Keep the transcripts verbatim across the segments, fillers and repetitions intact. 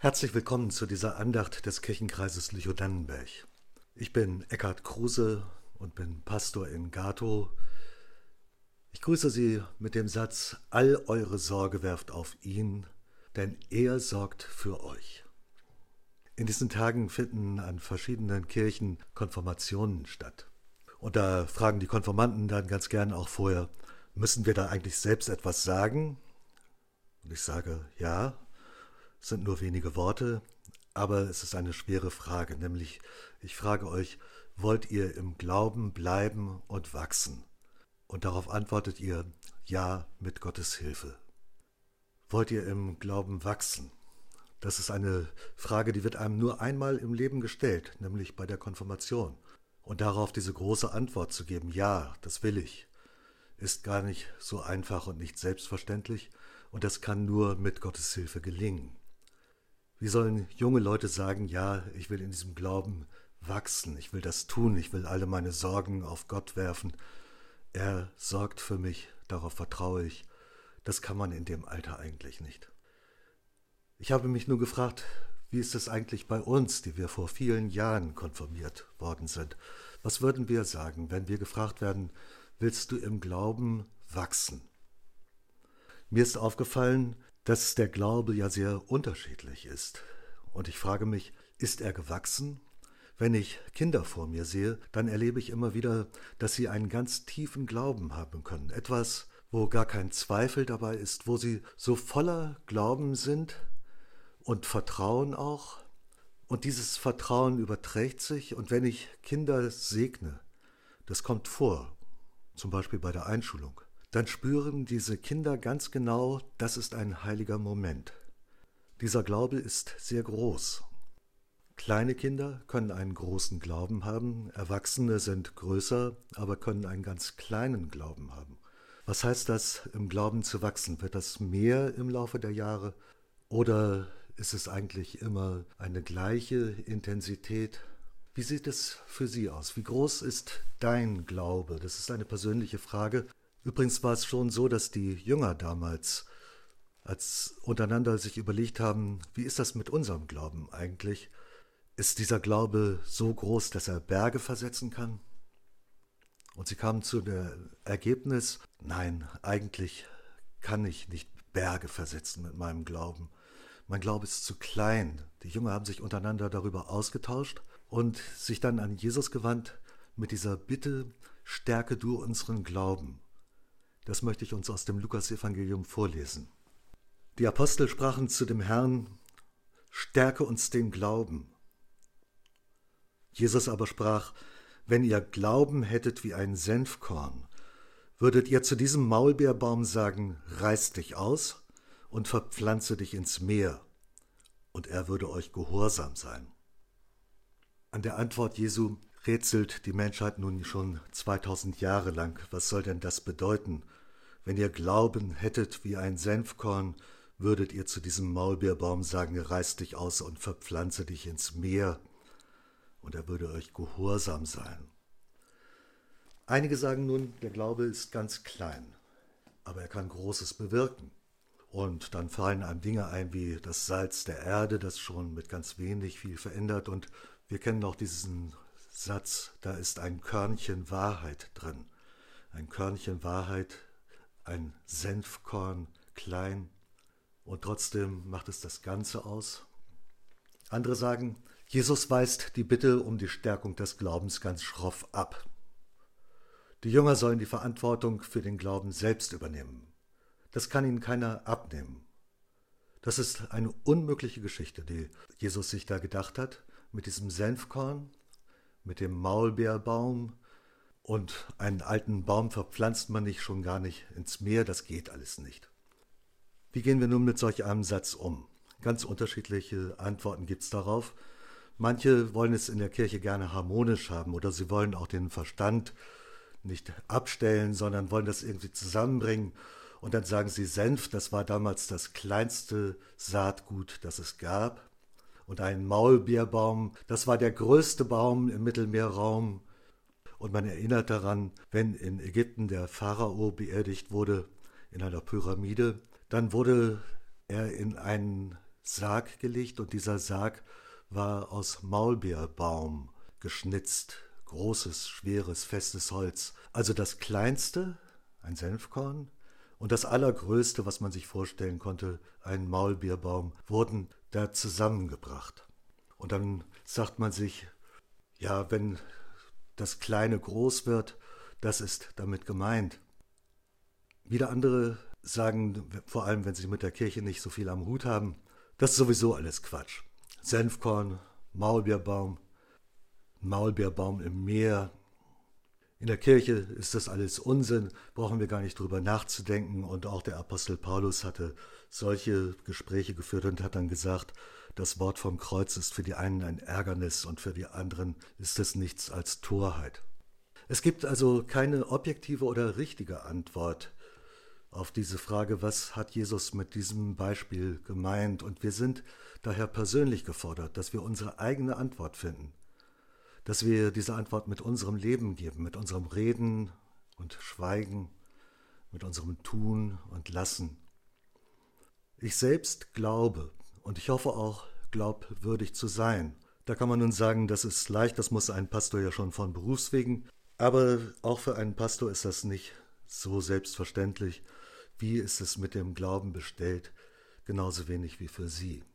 Herzlich willkommen zu dieser Andacht des Kirchenkreises Lüchow-Dannenberg. Ich bin Eckhard Kruse und bin Pastor in Gatow. Ich grüße Sie mit dem Satz: All eure Sorge werft auf ihn, denn er sorgt für euch. In diesen Tagen finden an verschiedenen Kirchen Konfirmationen statt. Und da fragen die Konfirmanden dann ganz gern auch vorher: Müssen wir da eigentlich selbst etwas sagen? Und ich sage: Ja. Es sind nur wenige Worte, aber es ist eine schwere Frage, nämlich ich frage euch: Wollt ihr im Glauben bleiben und wachsen? Und darauf antwortet ihr: Ja, mit Gottes Hilfe. Wollt ihr im Glauben wachsen? Das ist eine Frage, die wird einem nur einmal im Leben gestellt, nämlich bei der Konfirmation. Und darauf diese große Antwort zu geben: Ja, das will ich, ist gar nicht so einfach und nicht selbstverständlich, und das kann nur mit Gottes Hilfe gelingen. Wie sollen junge Leute sagen: Ja, ich will in diesem Glauben wachsen, ich will das tun, ich will alle meine Sorgen auf Gott werfen. Er sorgt für mich, darauf vertraue ich. Das kann man in dem Alter eigentlich nicht. Ich habe mich nur gefragt, wie ist es eigentlich bei uns, die wir vor vielen Jahren konfirmiert worden sind? Was würden wir sagen, wenn wir gefragt werden: Willst du im Glauben wachsen? Mir ist aufgefallen, dass der Glaube ja sehr unterschiedlich ist. Und ich frage mich, ist er gewachsen? Wenn ich Kinder vor mir sehe, dann erlebe ich immer wieder, dass sie einen ganz tiefen Glauben haben können. Etwas, wo gar kein Zweifel dabei ist, wo sie so voller Glauben sind und Vertrauen auch. Und dieses Vertrauen überträgt sich. Und wenn ich Kinder segne, das kommt vor, zum Beispiel bei der Einschulung, dann spüren diese Kinder ganz genau, das ist ein heiliger Moment. Dieser Glaube ist sehr groß. Kleine Kinder können einen großen Glauben haben, Erwachsene sind größer, aber können einen ganz kleinen Glauben haben. Was heißt das, im Glauben zu wachsen? Wird das mehr im Laufe der Jahre oder ist es eigentlich immer eine gleiche Intensität? Wie sieht es für Sie aus? Wie groß ist dein Glaube? Das ist eine persönliche Frage. Übrigens war es schon so, dass die Jünger damals, als untereinander sich überlegt haben, wie ist das mit unserem Glauben eigentlich? Ist dieser Glaube so groß, dass er Berge versetzen kann? Und sie kamen zu dem Ergebnis: Nein, eigentlich kann ich nicht Berge versetzen mit meinem Glauben. Mein Glaube ist zu klein. Die Jünger haben sich untereinander darüber ausgetauscht und sich dann an Jesus gewandt mit dieser Bitte: Stärke du unseren Glauben. Das möchte ich uns aus dem Lukas-Evangelium vorlesen. Die Apostel sprachen zu dem Herrn: Stärke uns den Glauben. Jesus aber sprach: Wenn ihr Glauben hättet wie ein Senfkorn, würdet ihr zu diesem Maulbeerbaum sagen: Reiß dich aus und verpflanze dich ins Meer, und er würde euch gehorsam sein. An der Antwort Jesu rätselt die Menschheit nun schon zweitausend Jahre lang. Was soll denn das bedeuten? Wenn ihr Glauben hättet wie ein Senfkorn, würdet ihr zu diesem Maulbeerbaum sagen: Reiß dich aus und verpflanze dich ins Meer, und er würde euch gehorsam sein. Einige sagen nun, der Glaube ist ganz klein, aber er kann Großes bewirken. Und dann fallen einem Dinge ein wie das Salz der Erde, das schon mit ganz wenig viel verändert. Und wir kennen auch diesen Satz: Da ist ein Körnchen Wahrheit drin. Ein Körnchen Wahrheit, ein Senfkorn, klein, und trotzdem macht es das Ganze aus. Andere sagen, Jesus weist die Bitte um die Stärkung des Glaubens ganz schroff ab. Die Jünger sollen die Verantwortung für den Glauben selbst übernehmen. Das kann ihnen keiner abnehmen. Das ist eine unmögliche Geschichte, die Jesus sich da gedacht hat, mit diesem Senfkorn, mit dem Maulbeerbaum. Und einen alten Baum verpflanzt man nicht, schon gar nicht ins Meer, das geht alles nicht. Wie gehen wir nun mit solch einem Satz um? Ganz unterschiedliche Antworten gibt es darauf. Manche wollen es in der Kirche gerne harmonisch haben oder sie wollen auch den Verstand nicht abstellen, sondern wollen das irgendwie zusammenbringen. Und dann sagen sie, Senf, das war damals das kleinste Saatgut, das es gab. Und ein Maulbeerbaum, das war der größte Baum im Mittelmeerraum. Und man erinnert daran, wenn in Ägypten der Pharao beerdigt wurde in einer Pyramide, dann wurde er in einen Sarg gelegt und dieser Sarg war aus Maulbeerbaum geschnitzt. Großes, schweres, festes Holz. Also das kleinste, ein Senfkorn, und das allergrößte, was man sich vorstellen konnte, ein Maulbeerbaum, wurden da zusammengebracht. Und dann sagt man sich, ja, wenn das Kleine groß wird, das ist damit gemeint. Wieder andere sagen, vor allem wenn sie mit der Kirche nicht so viel am Hut haben, das ist sowieso alles Quatsch. Senfkorn, Maulbeerbaum, Maulbeerbaum im Meer. In der Kirche ist das alles Unsinn, brauchen wir gar nicht drüber nachzudenken. Und auch der Apostel Paulus hatte solche Gespräche geführt und hat dann gesagt, das Wort vom Kreuz ist für die einen ein Ärgernis und für die anderen ist es nichts als Torheit. Es gibt also keine objektive oder richtige Antwort auf diese Frage, was hat Jesus mit diesem Beispiel gemeint? Und wir sind daher persönlich gefordert, dass wir unsere eigene Antwort finden, dass wir diese Antwort mit unserem Leben geben, mit unserem Reden und Schweigen, mit unserem Tun und Lassen. Ich selbst glaube, und ich hoffe auch, glaubwürdig zu sein. Da kann man nun sagen, das ist leicht, das muss ein Pastor ja schon von Berufswegen, aber auch für einen Pastor ist das nicht so selbstverständlich. Wie ist es mit dem Glauben bestellt? Genauso wenig wie für Sie.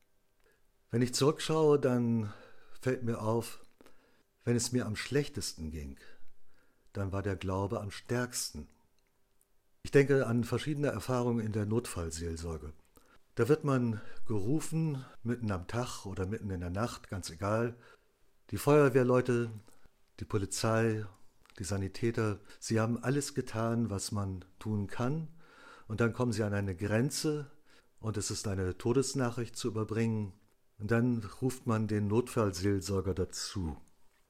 Wenn ich zurückschaue, dann fällt mir auf, wenn es mir am schlechtesten ging, dann war der Glaube am stärksten. Ich denke an verschiedene Erfahrungen in der Notfallseelsorge. Da wird man gerufen, mitten am Tag oder mitten in der Nacht, ganz egal. Die Feuerwehrleute, die Polizei, die Sanitäter, sie haben alles getan, was man tun kann. Und dann kommen sie an eine Grenze und es ist eine Todesnachricht zu überbringen. Und dann ruft man den Notfallseelsorger dazu.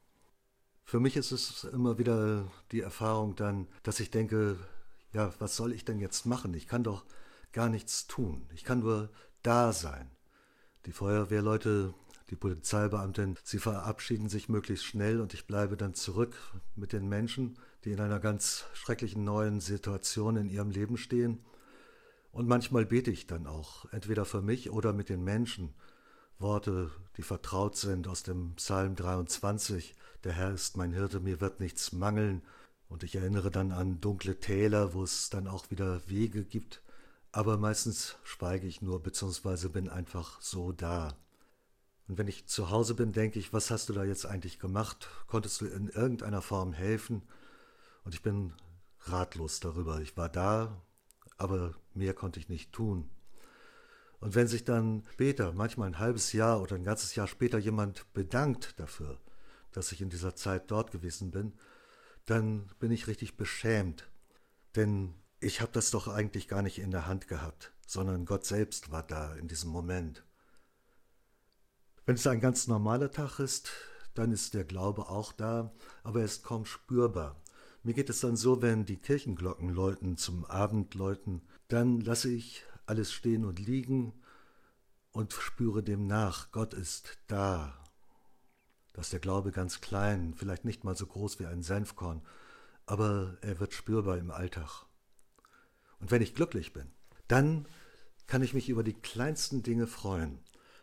Für mich ist es immer wieder die Erfahrung dann, dass ich denke, ja, was soll ich denn jetzt machen? Ich kann doch gar nichts tun. Ich kann nur da sein. Die Feuerwehrleute, die Polizeibeamten, sie verabschieden sich möglichst schnell und ich bleibe dann zurück mit den Menschen, die in einer ganz schrecklichen neuen Situation in ihrem Leben stehen. Und manchmal bete ich dann auch, entweder für mich oder mit den Menschen. Worte, die vertraut sind aus dem Psalm dreiundzwanzig. Der Herr ist mein Hirte, mir wird nichts mangeln. Und ich erinnere dann an dunkle Täler, wo es dann auch wieder Wege gibt. Aber meistens schweige ich nur, beziehungsweise bin einfach so da. Und wenn ich zu Hause bin, denke ich, was hast du da jetzt eigentlich gemacht? Konntest du in irgendeiner Form helfen? Und ich bin ratlos darüber. Ich war da, aber mehr konnte ich nicht tun. Und wenn sich dann später, manchmal ein halbes Jahr oder ein ganzes Jahr später jemand bedankt dafür, dass ich in dieser Zeit dort gewesen bin, dann bin ich richtig beschämt. Denn ich habe das doch eigentlich gar nicht in der Hand gehabt, sondern Gott selbst war da in diesem Moment. Wenn es ein ganz normaler Tag ist, dann ist der Glaube auch da, aber er ist kaum spürbar. Mir geht es dann so, wenn die Kirchenglocken läuten, zum Abend läuten, dann lasse ich alles stehen und liegen und spüre dem nach, Gott ist da. Da ist der Glaube ganz klein, vielleicht nicht mal so groß wie ein Senfkorn, aber er wird spürbar im Alltag. Und wenn ich glücklich bin, dann kann ich mich über die kleinsten Dinge freuen.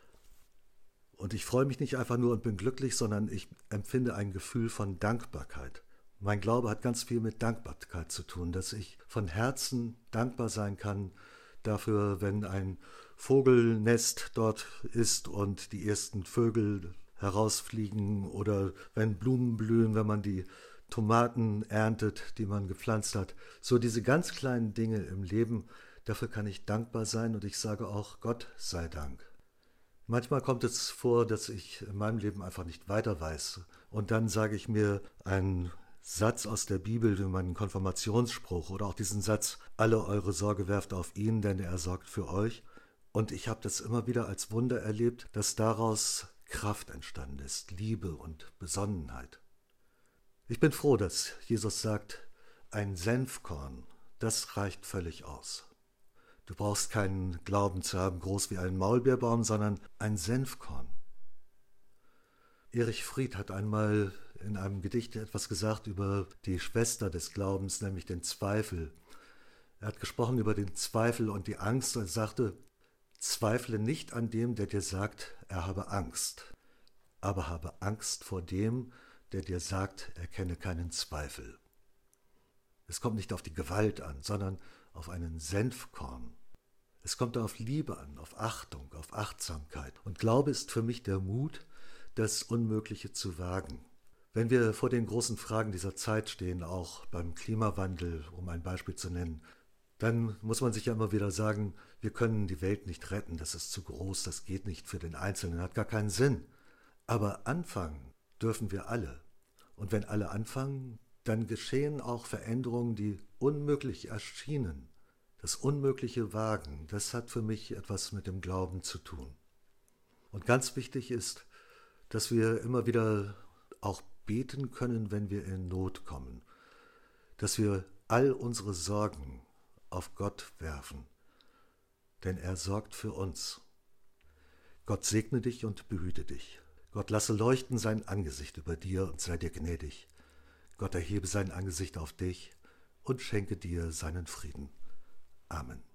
Und ich freue mich nicht einfach nur und bin glücklich, sondern ich empfinde ein Gefühl von Dankbarkeit. Mein Glaube hat ganz viel mit Dankbarkeit zu tun, dass ich von Herzen dankbar sein kann dafür, wenn ein Vogelnest dort ist und die ersten Vögel herausfliegen oder wenn Blumen blühen, wenn man die Tomaten erntet, die man gepflanzt hat. So diese ganz kleinen Dinge im Leben, dafür kann ich dankbar sein und ich sage auch Gott sei Dank. Manchmal kommt es vor, dass ich in meinem Leben einfach nicht weiter weiß und dann sage ich mir einen Satz aus der Bibel, meinen Konfirmationsspruch oder auch diesen Satz, alle eure Sorge werft auf ihn, denn er sorgt für euch. Und ich habe das immer wieder als Wunder erlebt, dass daraus Kraft entstanden ist, Liebe und Besonnenheit. Ich bin froh, dass Jesus sagt, ein Senfkorn, das reicht völlig aus. Du brauchst keinen Glauben zu haben, groß wie ein Maulbeerbaum, sondern ein Senfkorn. Erich Fried hat einmal in einem Gedicht etwas gesagt über die Schwester des Glaubens, nämlich den Zweifel. Er hat gesprochen über den Zweifel und die Angst und sagte, Zweifle nicht an dem, der dir sagt, er habe Angst, aber habe Angst vor dem, der dir sagt, er kenne keinen Zweifel. Es kommt nicht auf die Gewalt an, sondern auf einen Senfkorn. Es kommt auf Liebe an, auf Achtung, auf Achtsamkeit. Und Glaube ist für mich der Mut, das Unmögliche zu wagen. Wenn wir vor den großen Fragen dieser Zeit stehen, auch beim Klimawandel, um ein Beispiel zu nennen, dann muss man sich ja immer wieder sagen, wir können die Welt nicht retten, das ist zu groß, das geht nicht für den Einzelnen, hat gar keinen Sinn. Aber anfangen dürfen wir alle. Und wenn alle anfangen, dann geschehen auch Veränderungen, die unmöglich erschienen. Das Unmögliche wagen, das hat für mich etwas mit dem Glauben zu tun. Und ganz wichtig ist, dass wir immer wieder auch beten können, wenn wir in Not kommen. Dass wir all unsere Sorgen auf Gott werfen, denn er sorgt für uns. Gott segne dich und behüte dich. Gott lasse leuchten sein Angesicht über dir und sei dir gnädig. Gott erhebe sein Angesicht auf dich und schenke dir seinen Frieden. Amen.